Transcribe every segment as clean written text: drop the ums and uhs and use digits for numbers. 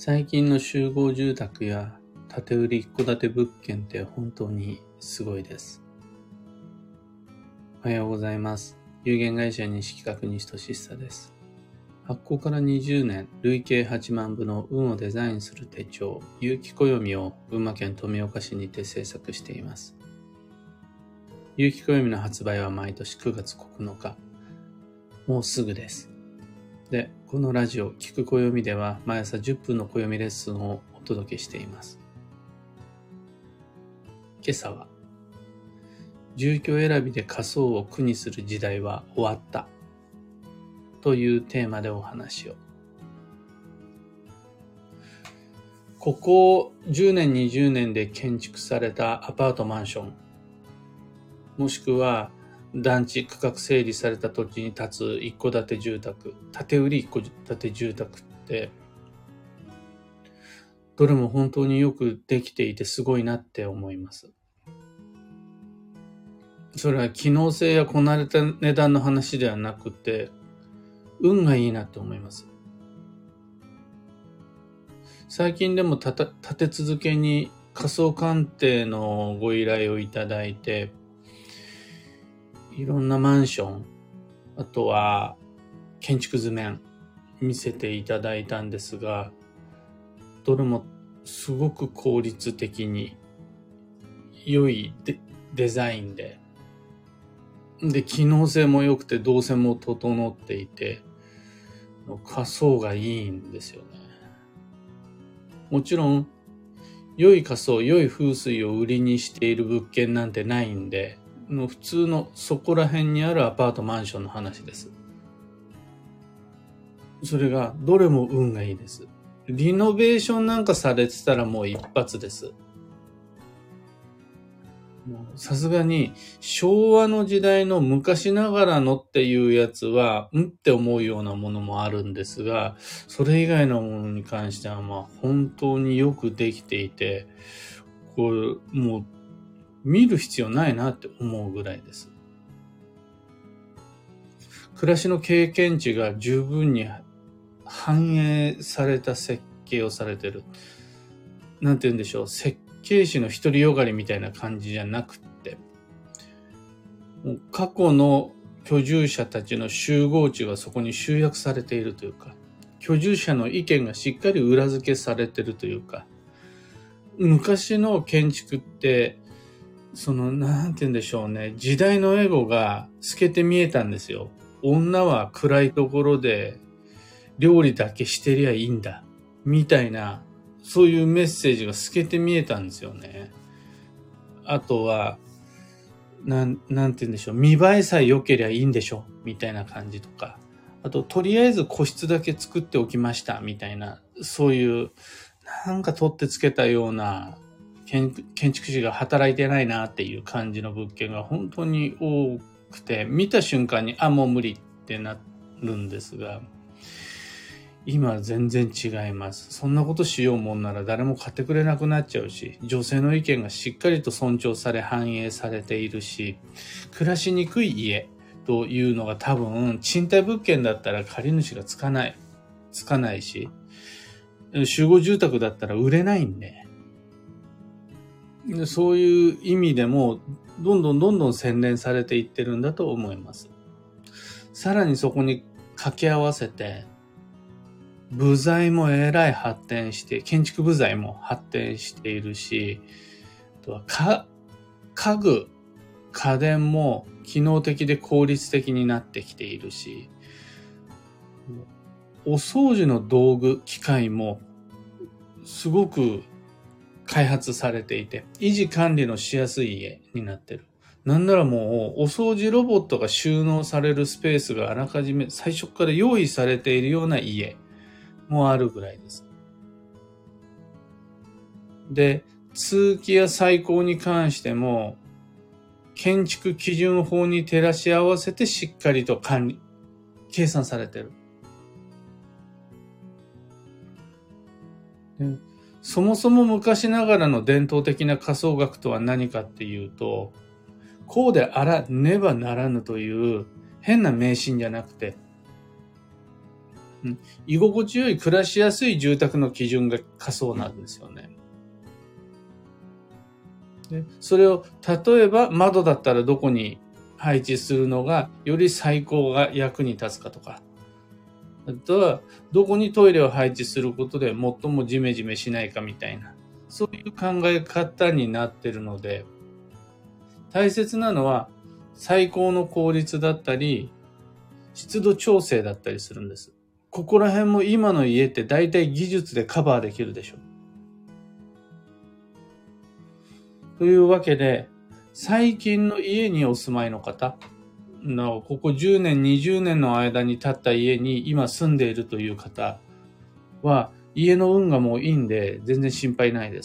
最近の集合住宅や建て売り一戸建て物件って本当にすごいです。おはようございます。有限会社西企画西俊久です。発行から20年、累計8万部の運をデザインする手帳、有機暦を群馬県富岡市にて制作しています。有機暦の発売は毎年9月9日。もうすぐです。で、このラジオ、聞く暦では毎朝10分の暦レッスンをお届けしています。今朝は、住居選びで仮想を苦にする時代は終わったというテーマでお話を。ここ10年20年で建築されたアパートマンション、もしくは団地区画整理された土地に建つ一戸建て住宅、建て売り一戸建て住宅ってどれも本当によくできていてすごいなって思います。それは機能性やこなれた値段の話ではなくて運がいいなって思います。最近でも立て続けに仮想鑑定のご依頼をいただいて、いろんなマンション、あとは建築図面見せていただいたんですが、どれもすごく効率的に良いデザインで、機能性も良くて動線も整っていて、仮想がいいんですよね。もちろん良い仮想、良い風水を売りにしている物件なんてないんで、普通のそこら辺にあるアパートマンションの話です。それがどれも運がいいです。リノベーションなんかされてたらもう一発です。さすがに昭和の時代の昔ながらのっていうやつはって思うようなものもあるんですが、それ以外のものに関しては本当によくできていて、これもう見る必要ないなって思うぐらいです。暮らしの経験値が十分に反映された設計をされてる。なんて言うんでしょう、設計士の独りよがりみたいな感じじゃなくって、もう過去の居住者たちの集合値がそこに集約されているというか、居住者の意見がしっかり裏付けされているというか、昔の建築ってなんて言うんでしょうね、時代のエゴが透けて見えたんですよ。女は暗いところで料理だけしてりゃいいんだみたいな、そういうメッセージが透けて見えたんですよね。あとはなんて言うんでしょう、見栄えさえ良けりゃいいんでしょみたいな感じとか、あととりあえず個室だけ作っておきましたみたいな、そういうなんか取ってつけたような建築士が働いてないなっていう感じの物件が本当に多くて、見た瞬間にもう無理ってなるんですが、今は全然違います。そんなことしようもんなら誰も買ってくれなくなっちゃうし、女性の意見がしっかりと尊重され反映されているし、暮らしにくい家というのが多分賃貸物件だったら借り主がつかないし、集合住宅だったら売れないんで、そういう意味でもどんどん洗練されていってるんだと思います。さらにそこに掛け合わせて部材もえらい発展して、建築部材も発展しているし、あとは家具、家電も機能的で効率的になってきているし、お掃除の道具、機械もすごく開発されていて、維持管理のしやすい家になってる。なんならもうお掃除ロボットが収納されるスペースがあらかじめ最初から用意されているような家もあるぐらいです。で、通気や採光に関しても建築基準法に照らし合わせてしっかりと計算されてる。そもそも昔ながらの伝統的な仮想学とは何かっていうと、こうであらねばならぬという変な迷信じゃなくて、 居心地よい暮らしやすい住宅の基準が過疎なんですよね。で、それを例えば窓だったらどこに配置するのがより最高が役に立つかとか、あとはどこにトイレを配置することで最もジメジメしないかみたいな、そういう考え方になっているので、大切なのは最高の効率だったり湿度調整だったりするんです。ここら辺も今の家って大体技術でカバーできるでしょ。というわけで、最近の家にお住まいの方、ここ10年、20年の間に建った家に今住んでいるという方は、家の運がもういいんで全然心配ないです。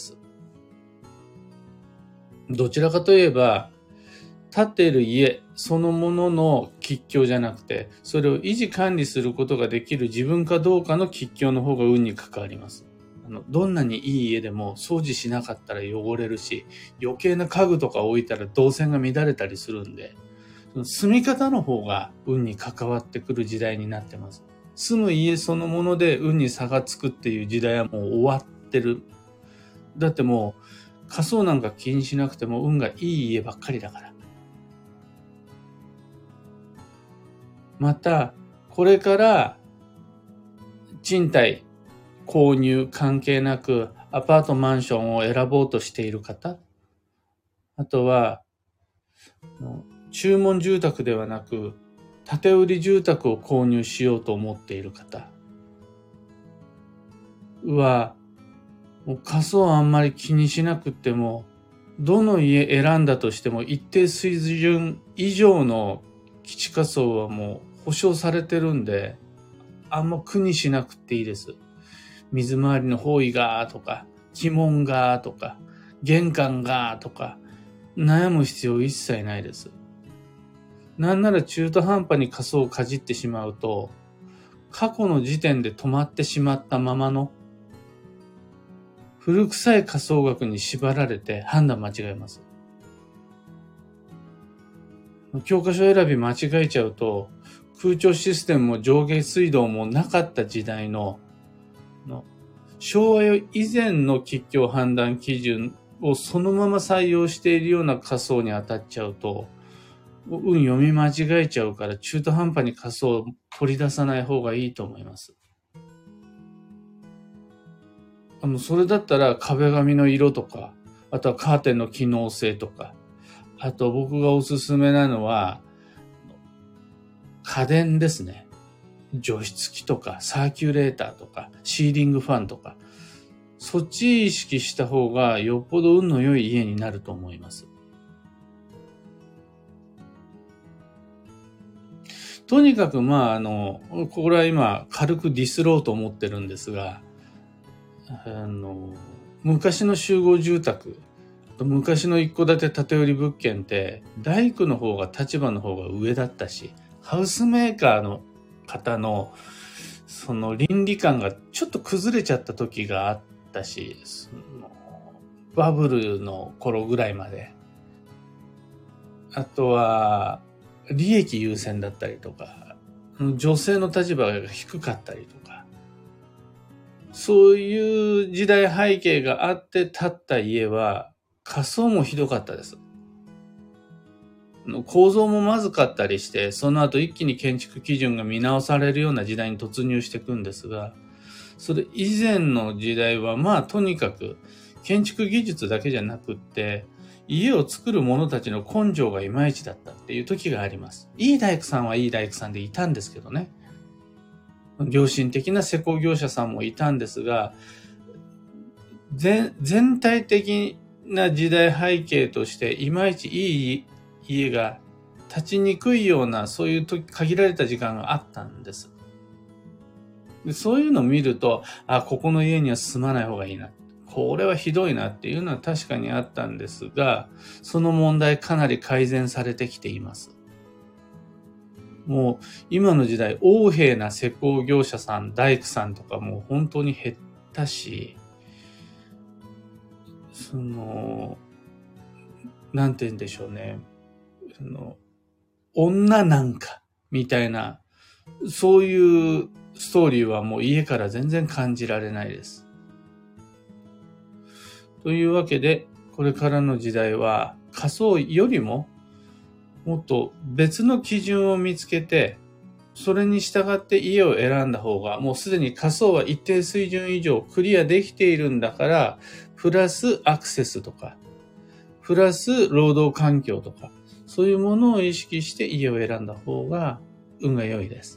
どちらかといえば、建っている家そのものの吉凶じゃなくて、それを維持管理することができる自分かどうかの吉凶の方が運に関わります。どんなにいい家でも掃除しなかったら汚れるし、余計な家具とか置いたら動線が乱れたりするんで、住み方の方が運に関わってくる時代になってます。住む家そのもので運に差がつくっていう時代はもう終わってる。だってもう仮想なんか気にしなくても運がいい家ばっかりだから。また、これから賃貸、購入関係なくアパートマンションを選ぼうとしている方、あとは注文住宅ではなく建て売り住宅を購入しようと思っている方は、もう仮想あんまり気にしなくっても、どの家選んだとしても一定水準以上の基地仮想はもう保証されてるんで、あんま苦にしなくていいです。水回りの方位がとか、鬼門がとか、玄関がとか、悩む必要一切ないです。なんなら中途半端に仮想をかじってしまうと、過去の時点で止まってしまったままの古臭い仮想学に縛られて判断間違えます。教科書選び間違えちゃうと、空調システムも上下水道もなかった時代の昭和以前の吉凶判断基準をそのまま採用しているような仮想に当たっちゃうと、運読み間違えちゃうから中途半端に仮想を取り出さない方がいいと思います。それだったら壁紙の色とか、あとはカーテンの機能性とか、あと僕がおすすめなのは、家電ですね。除湿機とかサーキュレーターとかシーリングファンとか、そっち意識した方がよっぽど運の良い家になると思います。とにかくこれは今軽くディスろうと思ってるんですが、昔の集合住宅、昔の一戸建て建て売り物件って大工の方が立場の方が上だったし、ハウスメーカーの方のその倫理観がちょっと崩れちゃった時があったし、バブルの頃ぐらいまで。あとは利益優先だったりとか、女性の立場が低かったりとか、そういう時代背景があって建った家は仮想もひどかったです。構造もまずかったりして、その後一気に建築基準が見直されるような時代に突入していくんですが、それ以前の時代はとにかく建築技術だけじゃなくって、家を作る者たちの根性がいまいちだったっていう時があります。いい大工さんはいい大工さんでいたんですけどね。良心的な施工業者さんもいたんですが、全体的な時代背景としていまいちいい家が立ちにくいような、そういう時限られた時間があったんです。でそういうのを見ると、ここの家には住まない方がいいな。これはひどいなっていうのは確かにあったんですが、その問題かなり改善されてきています。もう今の時代、横柄な施工業者さん、大工さんとかもう本当に減ったし、なんて言うんでしょうね。女なんかみたいな、 そういうストーリーはもう家から全然感じられないです。というわけで、これからの時代は仮想よりももっと別の基準を見つけて、それに従って家を選んだ方が、もうすでに仮想は一定水準以上クリアできているんだから、プラスアクセスとか、プラス労働環境とか、そういうものを意識して家を選んだ方が運が良いです。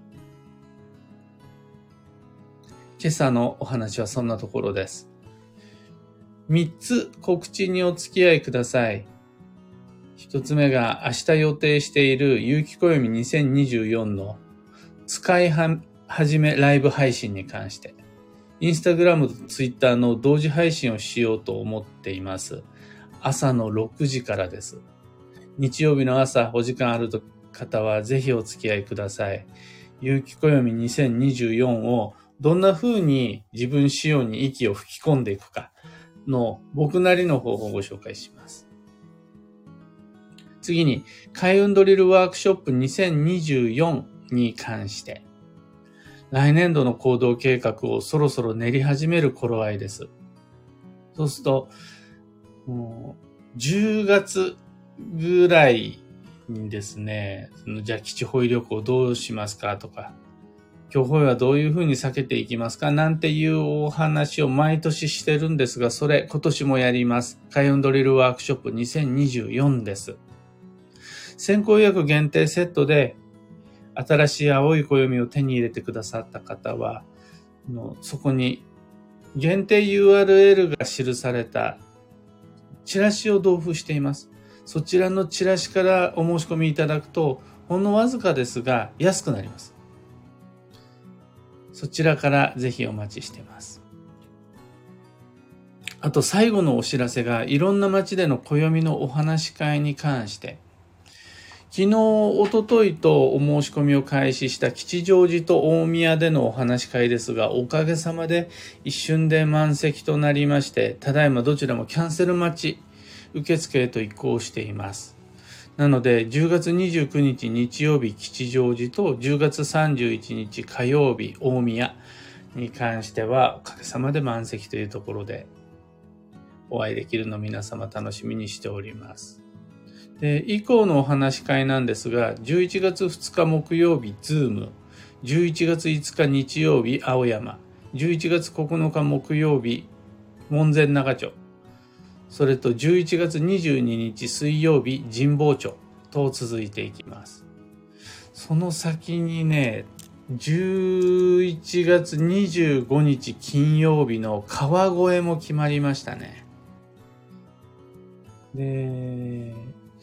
今朝のお話はそんなところです。3つ告知にお付き合いください。1つ目が明日予定している有機暦2024の使い始めライブ配信に関して、インスタグラムとツイッターの同時配信をしようと思っています。朝の6時からです。日曜日の朝お時間ある方はぜひお付き合いください。有機暦2024をどんな風に自分仕様に息を吹き込んでいくかの僕なりの方法をご紹介します。次に、開運ドリルワークショップ2024に関して、来年度の行動計画をそろそろ練り始める頃合いです。そうすると、10月ぐらいにですね、じゃあ基地方位旅行どうしますかとか、今日方位はどういうふうに避けていきますかなんていうお話を毎年してるんですが、それ今年もやります。開運ドリルワークショップ2024です。先行予約限定セットで新しい青い暦を手に入れてくださった方は、そこに限定 URL が記されたチラシを同封しています。そちらのチラシからお申し込みいただくと、ほんのわずかですが安くなります。そちらからぜひお待ちしています。あと最後のお知らせが、いろんな街での暦のお話し会に関して、昨日、一昨日とお申し込みを開始した吉祥寺と大宮でのお話し会ですが、おかげさまで一瞬で満席となりまして、ただいまどちらもキャンセル待ち、受付へと移行しています。なので、10月29日日曜日吉祥寺と10月31日火曜日大宮に関しては、おかげさまで満席というところで、お会いできるのを皆様楽しみにしております。で、以降のお話し会なんですが、11月2日木曜日、ズーム、11月5日日曜日、青山、11月9日木曜日、門前仲町、それと11月22日水曜日、神保町と続いていきます。その先にね、11月25日金曜日の川越も決まりましたね。で、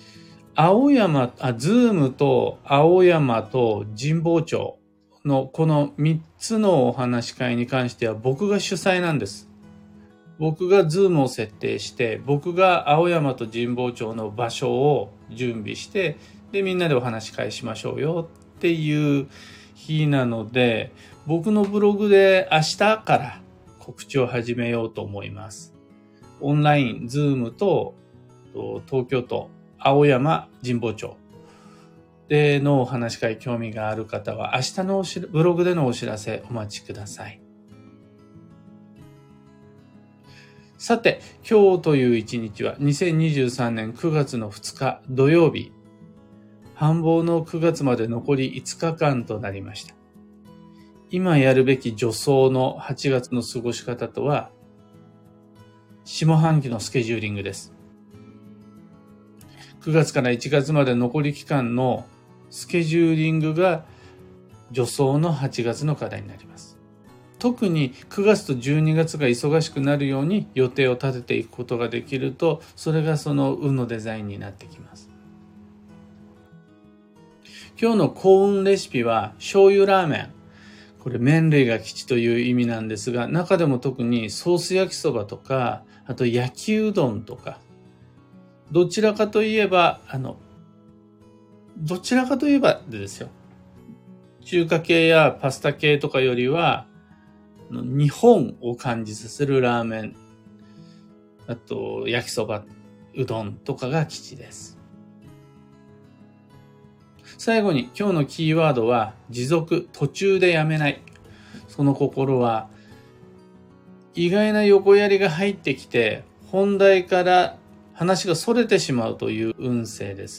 ズームと青山と神保町のこの3つのお話し会に関しては僕が主催なんです。僕がズームを設定して、僕が青山と神保町の場所を準備して、で、みんなでお話し会しましょうよっていう日なので、僕のブログで明日から告知を始めようと思います。オンライン、ズームと東京都青山神保町でのお話し会興味がある方は明日のブログでのお知らせお待ちください。さて、今日という一日は2023年9月の2日土曜日、繁忙の9月まで残り5日間となりました。今やるべき助走の8月の過ごし方とは、下半期のスケジューリングです。9月から1月まで残り期間のスケジューリングが助走の8月の課題になります。特に9月と12月が忙しくなるように予定を立てていくことができると、それがその運のデザインになってきます。今日の幸運レシピは醤油ラーメン。これ麺類が吉という意味なんですが、中でも特にソース焼きそばとか、あと焼きうどんとか、どちらかといえばですよ。中華系やパスタ系とかよりは、日本を感じさせるラーメン、あと焼きそば、うどんとかが吉です。 最後に今日のキーワードは持続、途中でやめない。その心は意外な横やりが入ってきて本題から話が逸れてしまうという運勢です。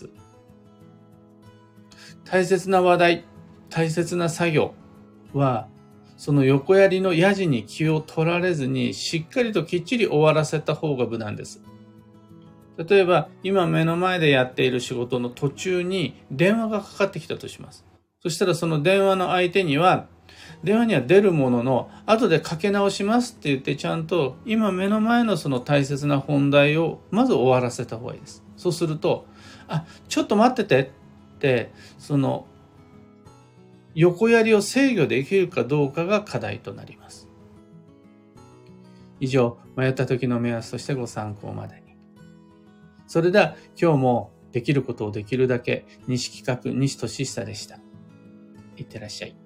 大切な話題、大切な作業はその横やりのやじに気を取られずにしっかりときっちり終わらせた方が無難です。例えば今目の前でやっている仕事の途中に電話がかかってきたとします。そしたらその電話の相手には電話には出るものの後でかけ直しますって言ってちゃんと今目の前のその大切な本題をまず終わらせた方がいいです。そうするとちょっと待っててってその横やりを制御できるかどうかが課題となります。以上、迷った時の目安としてご参考までに。それでは今日もできることをできるだけ、西企画西俊久でした。いってらっしゃい。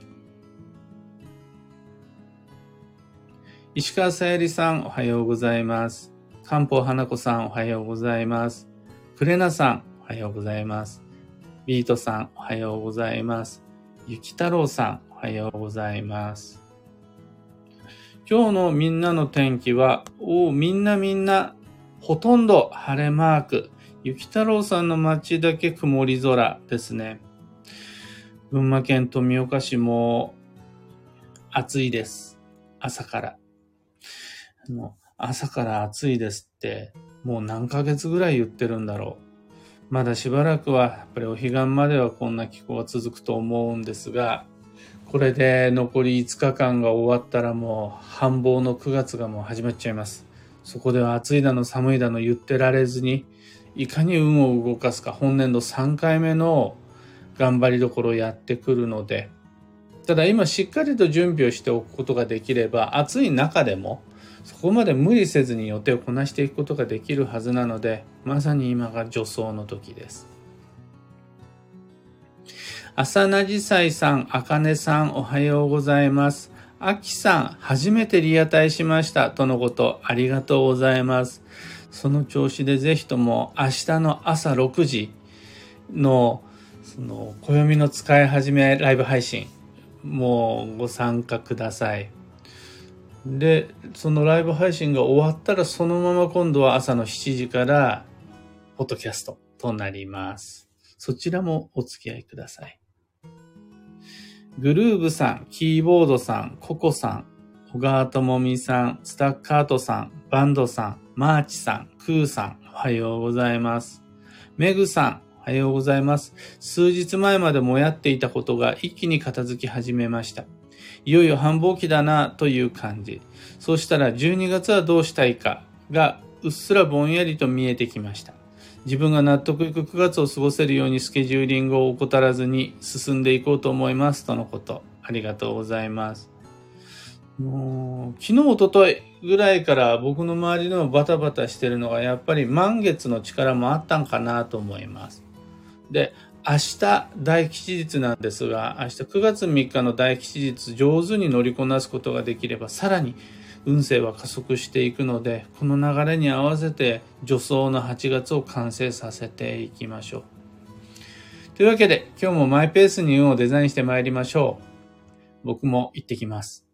石川さゆりさんおはようございます。漢方花子さんおはようございます。クレナさんおはようございます。ビートさんおはようございます。ゆきたろうさんおはようございます。今日のみんなの天気はみんなほとんど晴れマーク。ゆきたろうさんの街だけ曇り空ですね。群馬県富岡市も暑いです。朝から。朝から暑いですって、もう何ヶ月ぐらい言ってるんだろう。まだしばらくは、やっぱりお彼岸まではこんな気候が続くと思うんですが、これで残り5日間が終わったらもう繁忙の9月がもう始まっちゃいます。そこでは暑いだの寒いだの言ってられずに、いかに運を動かすか、本年度3回目の頑張りどころをやってくるので、ただ今しっかりと準備をしておくことができれば、暑い中でもそこまで無理せずに予定をこなしていくことができるはずなので、まさに今が助走の時です。朝なじさいさん、あかねさんおはようございます。あきさん、初めてリアタイしましたとのこと、ありがとうございます。その調子でぜひとも明日の朝6時の暦の使い始めライブ配信もうご参加ください。で、そのライブ配信が終わったらそのまま今度は朝の7時からポッドキャストとなります。そちらもお付き合いください。グルーブさん、キーボードさん、ココさん、小川智美さん、スタッカートさん、バンドさん、マーチさん、クーさん、おはようございます。メグさん、おはようございます。数日前までもやっていたことが一気に片付き始めました。いよいよ繁忙期だなという感じ。そうしたら12月はどうしたいかがうっすらぼんやりと見えてきました。自分が納得いく9月を過ごせるようにスケジューリングを怠らずに進んでいこうと思いますとのこと。ありがとうございます。もう昨日、一昨日ぐらいから僕の周りのバタバタしてるのがやっぱり満月の力もあったんかなと思います。で、明日大吉日なんですが、明日9月3日の大吉日上手に乗りこなすことができればさらに運勢は加速していくので、この流れに合わせて助走の8月を完成させていきましょう。というわけで今日もマイペースに運をデザインしてまいりましょう。僕も行ってきます。